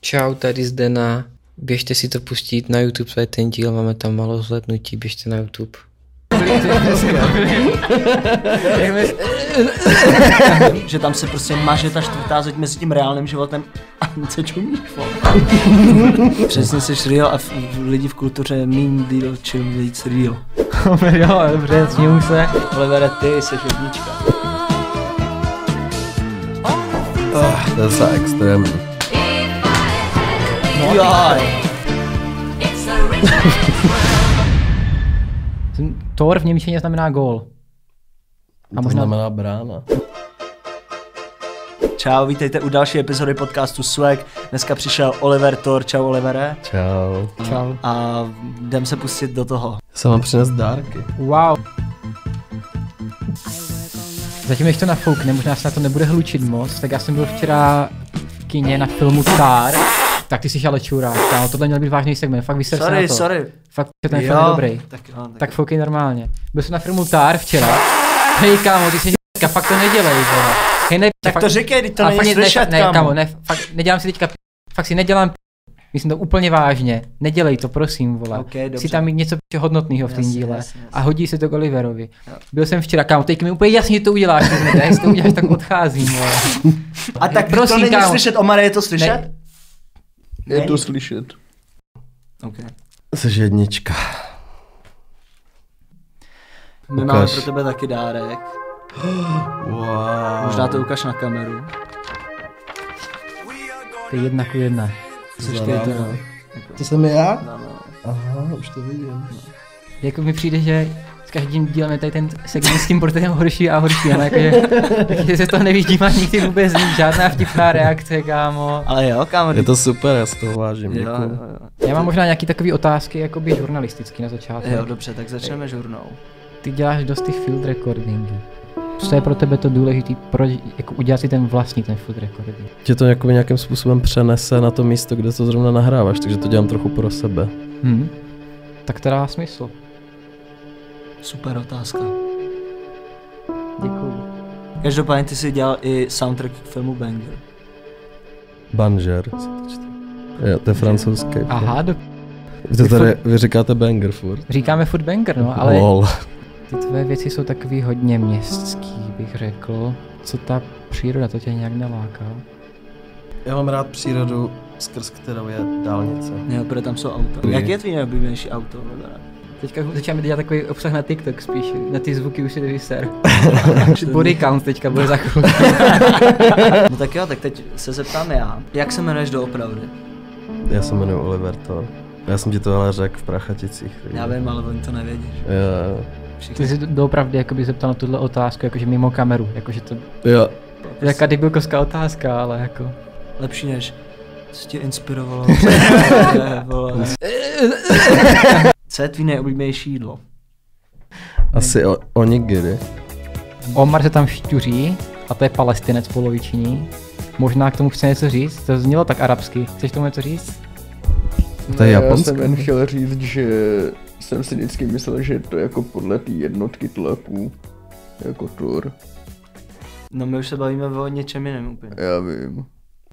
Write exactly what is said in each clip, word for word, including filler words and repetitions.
Čau, tady Zdena. Běžte si to pustit na YouTube, co je ten díl, máme tam malo zhlédnutí, běžte na YouTube. Že tam se prostě maže ta čtvrtá zeď mezi tím reálným životem a co čumíš, přesně jsi real a lidi v kultuře mean deal, čím víc real. Jo, dobře, směju se. Olivere, ty jsi jednička. Oh, to je za extrémní. No, jaj. Tor v němčině znamená gól. A to možná znamená brána. Čau, vítejte u další epizody podcastu Swag. Dneska přišel Oliver Tor. Čau, Olivere. Čau. Čau. A jdem se pustit do toho. Jsem vám přines dárky. Wow. Zatím než to nafoukne, možná se na to nebude hlučit moc, tak já jsem byl včera v kině na filmu Tar. Tak ty jsi ale čurák, kámo, tohle měl být vážný segment, fakt vyser se na to. Sorry, sorry. Fakt, že ten film je dobrý. Tak, jo, tak, tak foukej normálně. Byl jsem na filmu Tar včera. Hej kámo, ty jsi dětka, fakt to nedělej, vole. Hej, ne, tak fakt, to říkej, to není ne, slyšet, ne, kámo. kámo, ne, fakt nedělám si teďka, fakt si nedělám p***, myslím to úplně vážně, nedělej to, prosím, vole. Okay, si tam mít něco hodnotného v tom díle jasně, jasně. A hodí se to k Oliverovi. Jo. Byl jsem včera, kámo, teď mi úplně jasně to uděláš, jestli to uděláš, tak odcházím, vole. A tak prosím, to není kámo. slyšet, Omar, je to slyšet? Ne. Je to slyšet. Okay. Jsi jednička. My ukaž. Máme pro tebe taky dárek. Wow. Možná to ukaž na kameru. To je jedna ku jedna. Což ty to, no. To jsem já? No, no. Aha, už to vidím. Jako mi přijde, že s každým dílem je tady ten segment s tím portrétem horší a horší, ale jakože, takže se toho nevidím a nikdy vůbec nic, žádná vtipná reakce, kámo. Ale jo, kámo. Je to super, já si toho vážím, jo, děkuju. jo, jo. Já mám možná nějaký takový otázky, jakoby žurnalistický na začátku. Jo, dobře, tak začneme žurnou. Ty děláš dost ty field recordingy. Co je pro tebe to důležitý, proč jako udělat si ten vlastní ten field recording? Tě to jakoby nějakým způsobem přenese na to místo, kde to zrovna nahráváš, takže to dělám trochu pro sebe. Hmm. Tak to dá smysl. Super otázka. Děkuju. Každopádně ty jsi dělal i soundtrack k filmu Banger. Banger, se to čte. Jo, to je francouzský. Aha, do... Vy, tady, vy říkáte banger furt. Říkáme furt banger, no, ale Lol. ty tvoje věci jsou takový hodně městský, bych řekl. Co ta příroda, to tě nějak neláká? Já mám rád přírodu, skrz kterou je dálnice. Jo, protože tam jsou auta. Jak je tvý nejoblíbenější auto? Teďka začínáme dělat takový obsah na TikTok spíš, na ty zvuky už si nevyser. Body count teďka bude za chvíli. No tak jo, tak teď se zeptám já. Jak se jmenuješ doopravdy? Já se jmenuji Oliver Tor. Já jsem ti to ale řekl v Prachaticích. Já vím, ale oni to nevědíš. Jo. Ty jsi doopravdy jakoby zeptal na tuhle otázku, jakože mimo kameru, jakože to... Jo. Je jaká debilkovská otázka, ale jako... Lepší než... Co tě inspirovalo? Co je tvý nejoblíbenější jídlo? Asi o, onigiri. Omar se tam šťuří, a to je Palestinec poloviční. Možná k tomu chce něco říct, to znělo tak arabsky. Chceš tomu něco říct? To je Já japonské. jsem jen chtěl říct, že jsem si vždycky myslel, že to jako podle té jednotky tlepů, jako tur. No my už se bavíme o něčem jiném úplně. Já vím.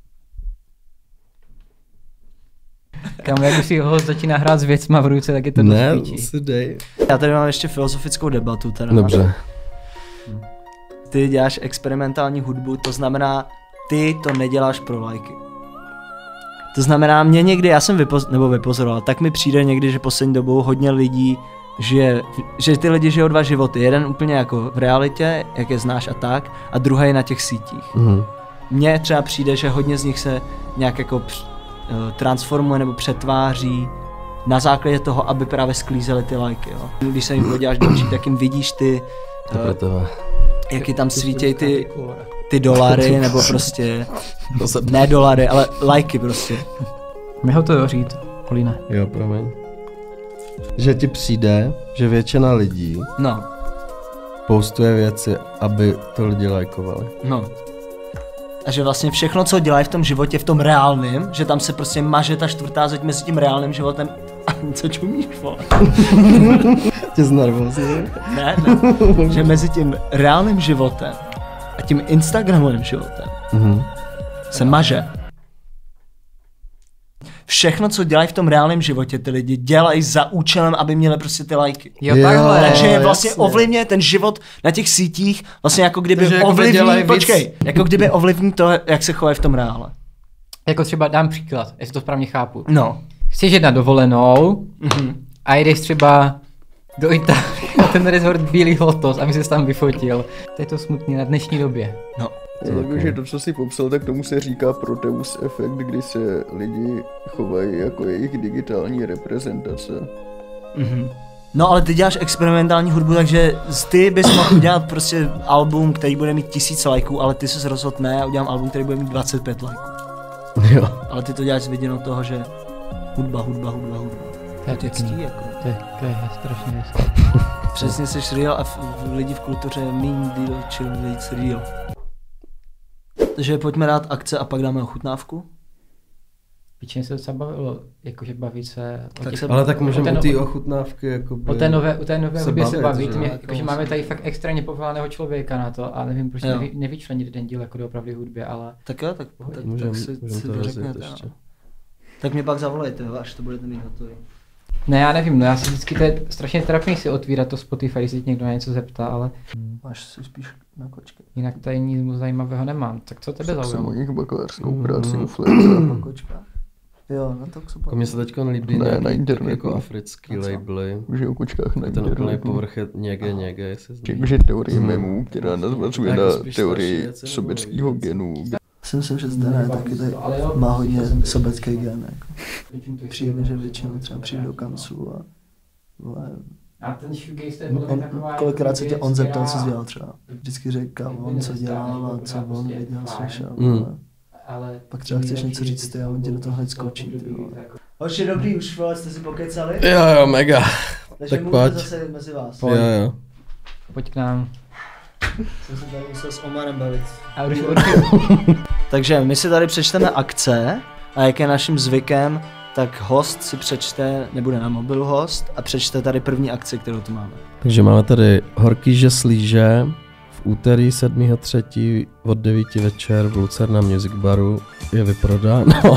Kámo, jak už si ho začíná hrát s věcma v ruce, tak je to Ne, dost píči. si dej. Já tady mám ještě filozofickou debatu teda. Dobře. Ty děláš experimentální hudbu, to znamená, ty to neděláš pro lajky. To znamená, mě někdy, já jsem vypoz, nebo vypozoroval, tak mi přijde někdy, že poslední dobou hodně lidí žije, že ty lidi žijou dva životy. Jeden úplně jako v realitě, jak je znáš a tak, a druhý na těch sítích. Mhm. Mně třeba přijde, že hodně z nich se nějak jako transformuje nebo přetváří na základě toho, aby právě sklízeli ty lajky, jo. Když se jim podíváš do očí, tak jim vidíš ty, To pro tebe. jak je tam svítějí ty, ty dolary, nebo prostě, To se... ne dolary, ale lajky prostě. Mi ho to dořít, Kolíne. Jo, promiň. Že ti přijde, že většina lidí No, postuje věci, aby to lidi lajkovali. no. A že vlastně všechno, co dělají v tom životě, v tom reálném, že tam se prostě maže ta čtvrtá zeď mezi tím reálným životem a co čumíš, vole? Tě znervozní? Ne, ne. Že mezi tím reálným životem a tím instagramovým životem Mhm. se maže všechno, co dělají v tom reálném životě, ty lidi dělají za účelem, aby měli prostě ty lajky. Jo, takhle. Takže je vlastně jasně. ovlivňuje ten život na těch sítích, vlastně jako kdyby Takže jako ovlivní, dělají počkej, víc. jako kdyby ovlivní to, jak se chovají v tom reále. Jako třeba dám příklad, jestli to správně chápu. No. Chceš jet na dovolenou Mhm. a jdeš třeba do Itálie na ten resort Bílý Lotos, aby se tam vyfotil. To je to smutný na dnešní době. No. Jakože to, co jsi popsal, tak tomu se říká Proteus efekt, kdy se lidi chovají jako jejich digitální reprezentace. Mhm. No ale ty děláš experimentální hudbu, takže ty bys mohl udělat prostě album, který bude mít tisíc lajků, ale ty se rozhodl ne, udělám album, který bude mít dvacet pět lajků. Jo. Ale ty to děláš s viděnou toho, že hudba, hudba, hudba, hudba. To je To je pěkný. ctí, jako. To je, to je strašně hezké. Přesně jsi real a v, v lidi v kultuře míň deal, chill, víc real. Takže pojďme dát akce a pak dáme ochutnávku. Většině se docela bavilo, jakože bavit se o Tak těch, se- Ale tak o můžeme ten- u té ochutnávky jakoby... o té nové, u té nové se hudbě se bavit, bavit, že? mě, Jako jakože máme tady fakt extrémně povolaného člověka na to a nevím, proč Jo. nevy, nevyčlenit ten díl jako doopravdy hudbě, ale Tak jo, tak, tak, Můžem, tak si, můžem si to to rozjet řeknete. ještě. No. Tak mě pak zavolejte, jo, až to budete mít hotový. ne, já nevím, no já si vždycky, to je strašně trapný si otvírat to Spotify, když se tě někdo na něco zeptá, ale Máš si spíš na kočky. jinak tady nic moc zajímavého nemám, tak co tebe Tak jsem o zaujalo? nich bakalářskou Mm. práci u Flexa. Na kočkách. Jo, no to Jako mně se teď líbí Ne, nějaký na tak internetu. jako africký A co? labely. Že o kočkách na Ten úplný internetu. povrch je něge, něge, jestli znáš. Jakože teorie Hmm. memů, která navazuje Jako na spíš teorii starší věci nebo sobeckého víc? genu. Si myslím, že zde ne, taky tady má hodně sobecký gen. Jako. Přijde, že většinou třeba přijde do kanclu a vole, A ten shoegaze, to je on, podle mě taková kolikrát se tě věc, on zeptal, co která- jsi dělal třeba. Vždycky říkal on, co dělal a co on viděl, slyšel. Mm. vole. ale Pak třeba chceš něco říct ty a on tě do toho hned skočí. Ty vole. Hoši, dobrý, už vole, jste si pokecali? Jo, jo, mega. Takže tak mluvte pojď. zase mezi vás. Jo, jo. Pojď k nám. Jsem se tady musel s Omarem bavit. A už Takže my si tady přečteme akce a jak je naším zvykem, tak host si přečte, nebude na mobilu host, a přečte tady první akci, kterou tu máme. Takže máme tady Horkýže slíže v úterý sedmého třetího od devíti večer v Lucerna Music Baru je vyprodáno.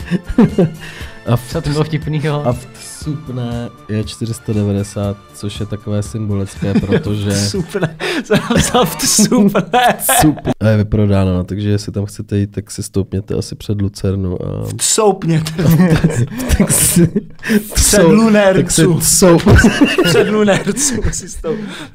a, v, co to bylo vtipnýho? a vstupné je čtyři sta devadesát, což je takové symbolické, protože Super, jsem napsal super. super. A je vyprodáno, no, takže jestli tam chcete jít, tak si stoupněte asi před Lucernu a Soupněte. tak si, Před tak lunércu. si sou, Před lunércu si s tou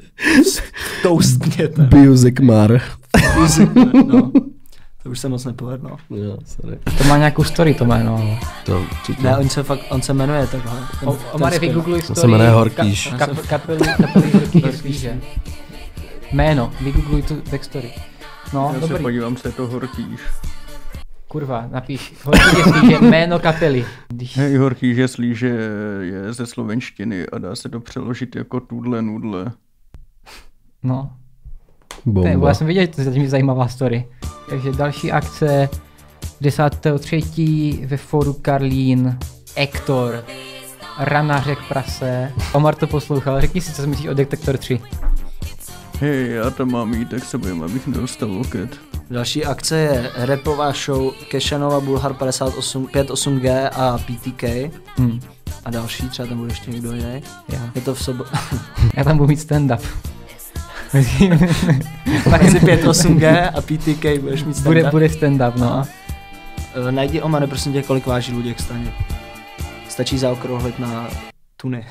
toustněte. Music Mar. No, to už se moc nepovedlo. Jo, sorry. To má nějakou story to jméno. ale- To určitě. Ne, on se fakt, on se jmenuje takhle. Ten- O, ten Omare, skvělý. vygoogluj To story. se jmenuje Horkýž. Ka, kap, kapelu, kapely Horkýže slíže. Jméno, vygoogluj tu backstory. No, Já se dobrý. podívám, co je to Horkýž. Kurva, napíš Horkýže slíže, jméno kapely. Když... Hej, Horkýže slíže je ze slovenštiny a dá se to přeložit jako tudle nudle. No, to je, Bomba. já jsem viděl, že to je zatím zajímavá story. Takže další akce desátého třetího ve fóru Karlín, Ektor, Rana řek prase. Omar to poslouchal, řekni si, co si myslíš o Detektor tři. Hej, já tam mám jít, tak se bojím, abych nedostal loket. Další akce je rapová show Keshanova Bulhar padesát osm, padesát osm G a P T K. Hm. A další, třeba tam bude ještě někdo jiný. Já. Je to v sobotu. Já tam budu mít stand-up. Mezi padesát osm G a P T K budeš mít bude, stand-up. bude stand-up, no. Eh, Najdi Omane, prosím tě, kolik váží Luděk Staněk. Stačí zaokrouhlit na tuny.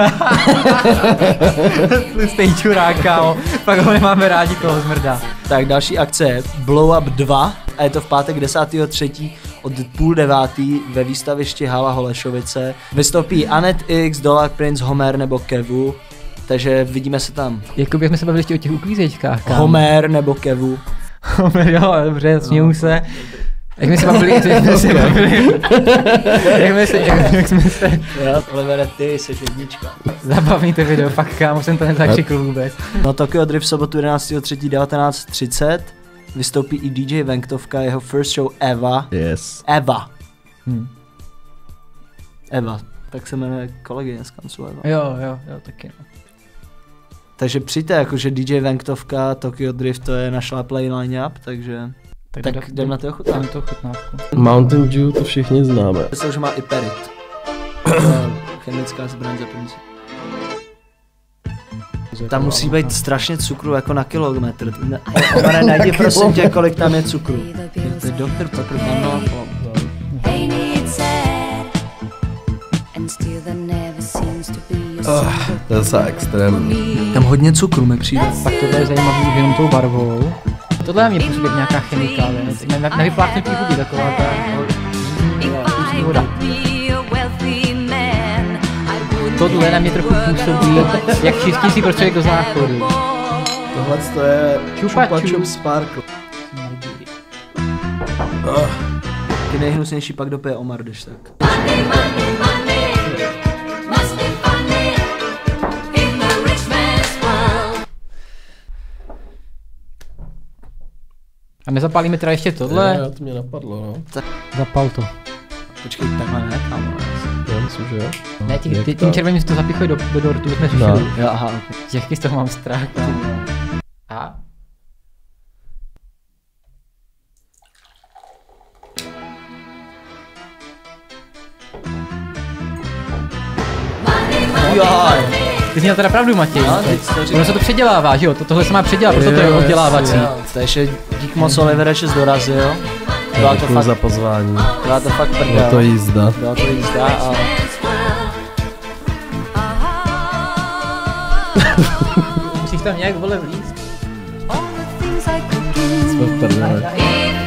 Tlustej čurák, kámo. Pak ho nemáme rádi, toho zmrdá. Tak další akce je Blow Up dva a je to v pátek desátého třetího od půl devátý ve výstavišti Hala Holešovice. Vystoupí Anet X, Dollar Prince, Homer nebo Kevu, takže vidíme se tam. Jakoby jsme se bavili ještě o těch uklízečkách, kámo. Homer nebo Kevu. Homer, jo, dobře, směju se. Jak jsme se bavili, jak jsme se bavili, jak jsme se, jak, jak jsme se, Jo, Olivere, ty jsi jednička. zabavný to video, fakt kámo, jsem to nezakřikl vůbec. No Tokyo Drift v sobotu jedenáctého třetího devatenáct třicet. Vystoupí i D J Venktovka, jeho first show Eva. Yes. Eva. Hm. Eva. Tak se jmenuje kolegyně z kanclu Eva. Jo, jo, jo, taky no. Takže přijďte, jakože D J Venktovka, Tokyo Drift, to je našláplej line-up, takže Tak do- jdem na to jdem ochutnávku. na to ochutnávku. Mountain Dew to všichni známe. Myslím, že má i perit. To je chemická zbraň za peníze. Tam musí být strašně cukru jako na kilometr. Ne, Omare, najdi prosím tě, kolik tam je cukru. To je doktor Pepper. Oh, to je docela extrémní. Tam hodně cukru mi přijde. Pak tohle je zajímavý už jenom tou barvou. Tohle na mě působí jak nějaká chemikálie. Na, na, na vypláchnutí huby taková ta ústní voda. Tohle na mě trochu působí jak čistící prostředek do záchodu. Tohle to je Chupa Chupa Chup. Chup Sparkle. Ty nejhnusnější pak dopije Omar, když tak. A nezapálíme teda ještě tohle? Jo, to mě napadlo, no. Zapal to. Počkej, takhle ne, kámo. Já myslím, že jo. Ne, tí, Jak ty, to? tím červeným si to zapichuje do, do dortu, to jsme řešili. No. Jo, aha, ok. Jaký z toho mám strach. A? Jaj. Ty jsi měl teda pravdu, Matěj. No, teď jsi to říkal. Ono se to předělává, že jo? To, tohle se má předělat, proto to je Jo, oddělávací. Jo, to ještě dík moc Olivere, že jsi dorazil. Byla to Děkuji fakt, za pozvání. byla to fakt Byla prdel. to jízda. Byla to jízda a... Musíš tam nějak vole vlízt. Jsme v prdele.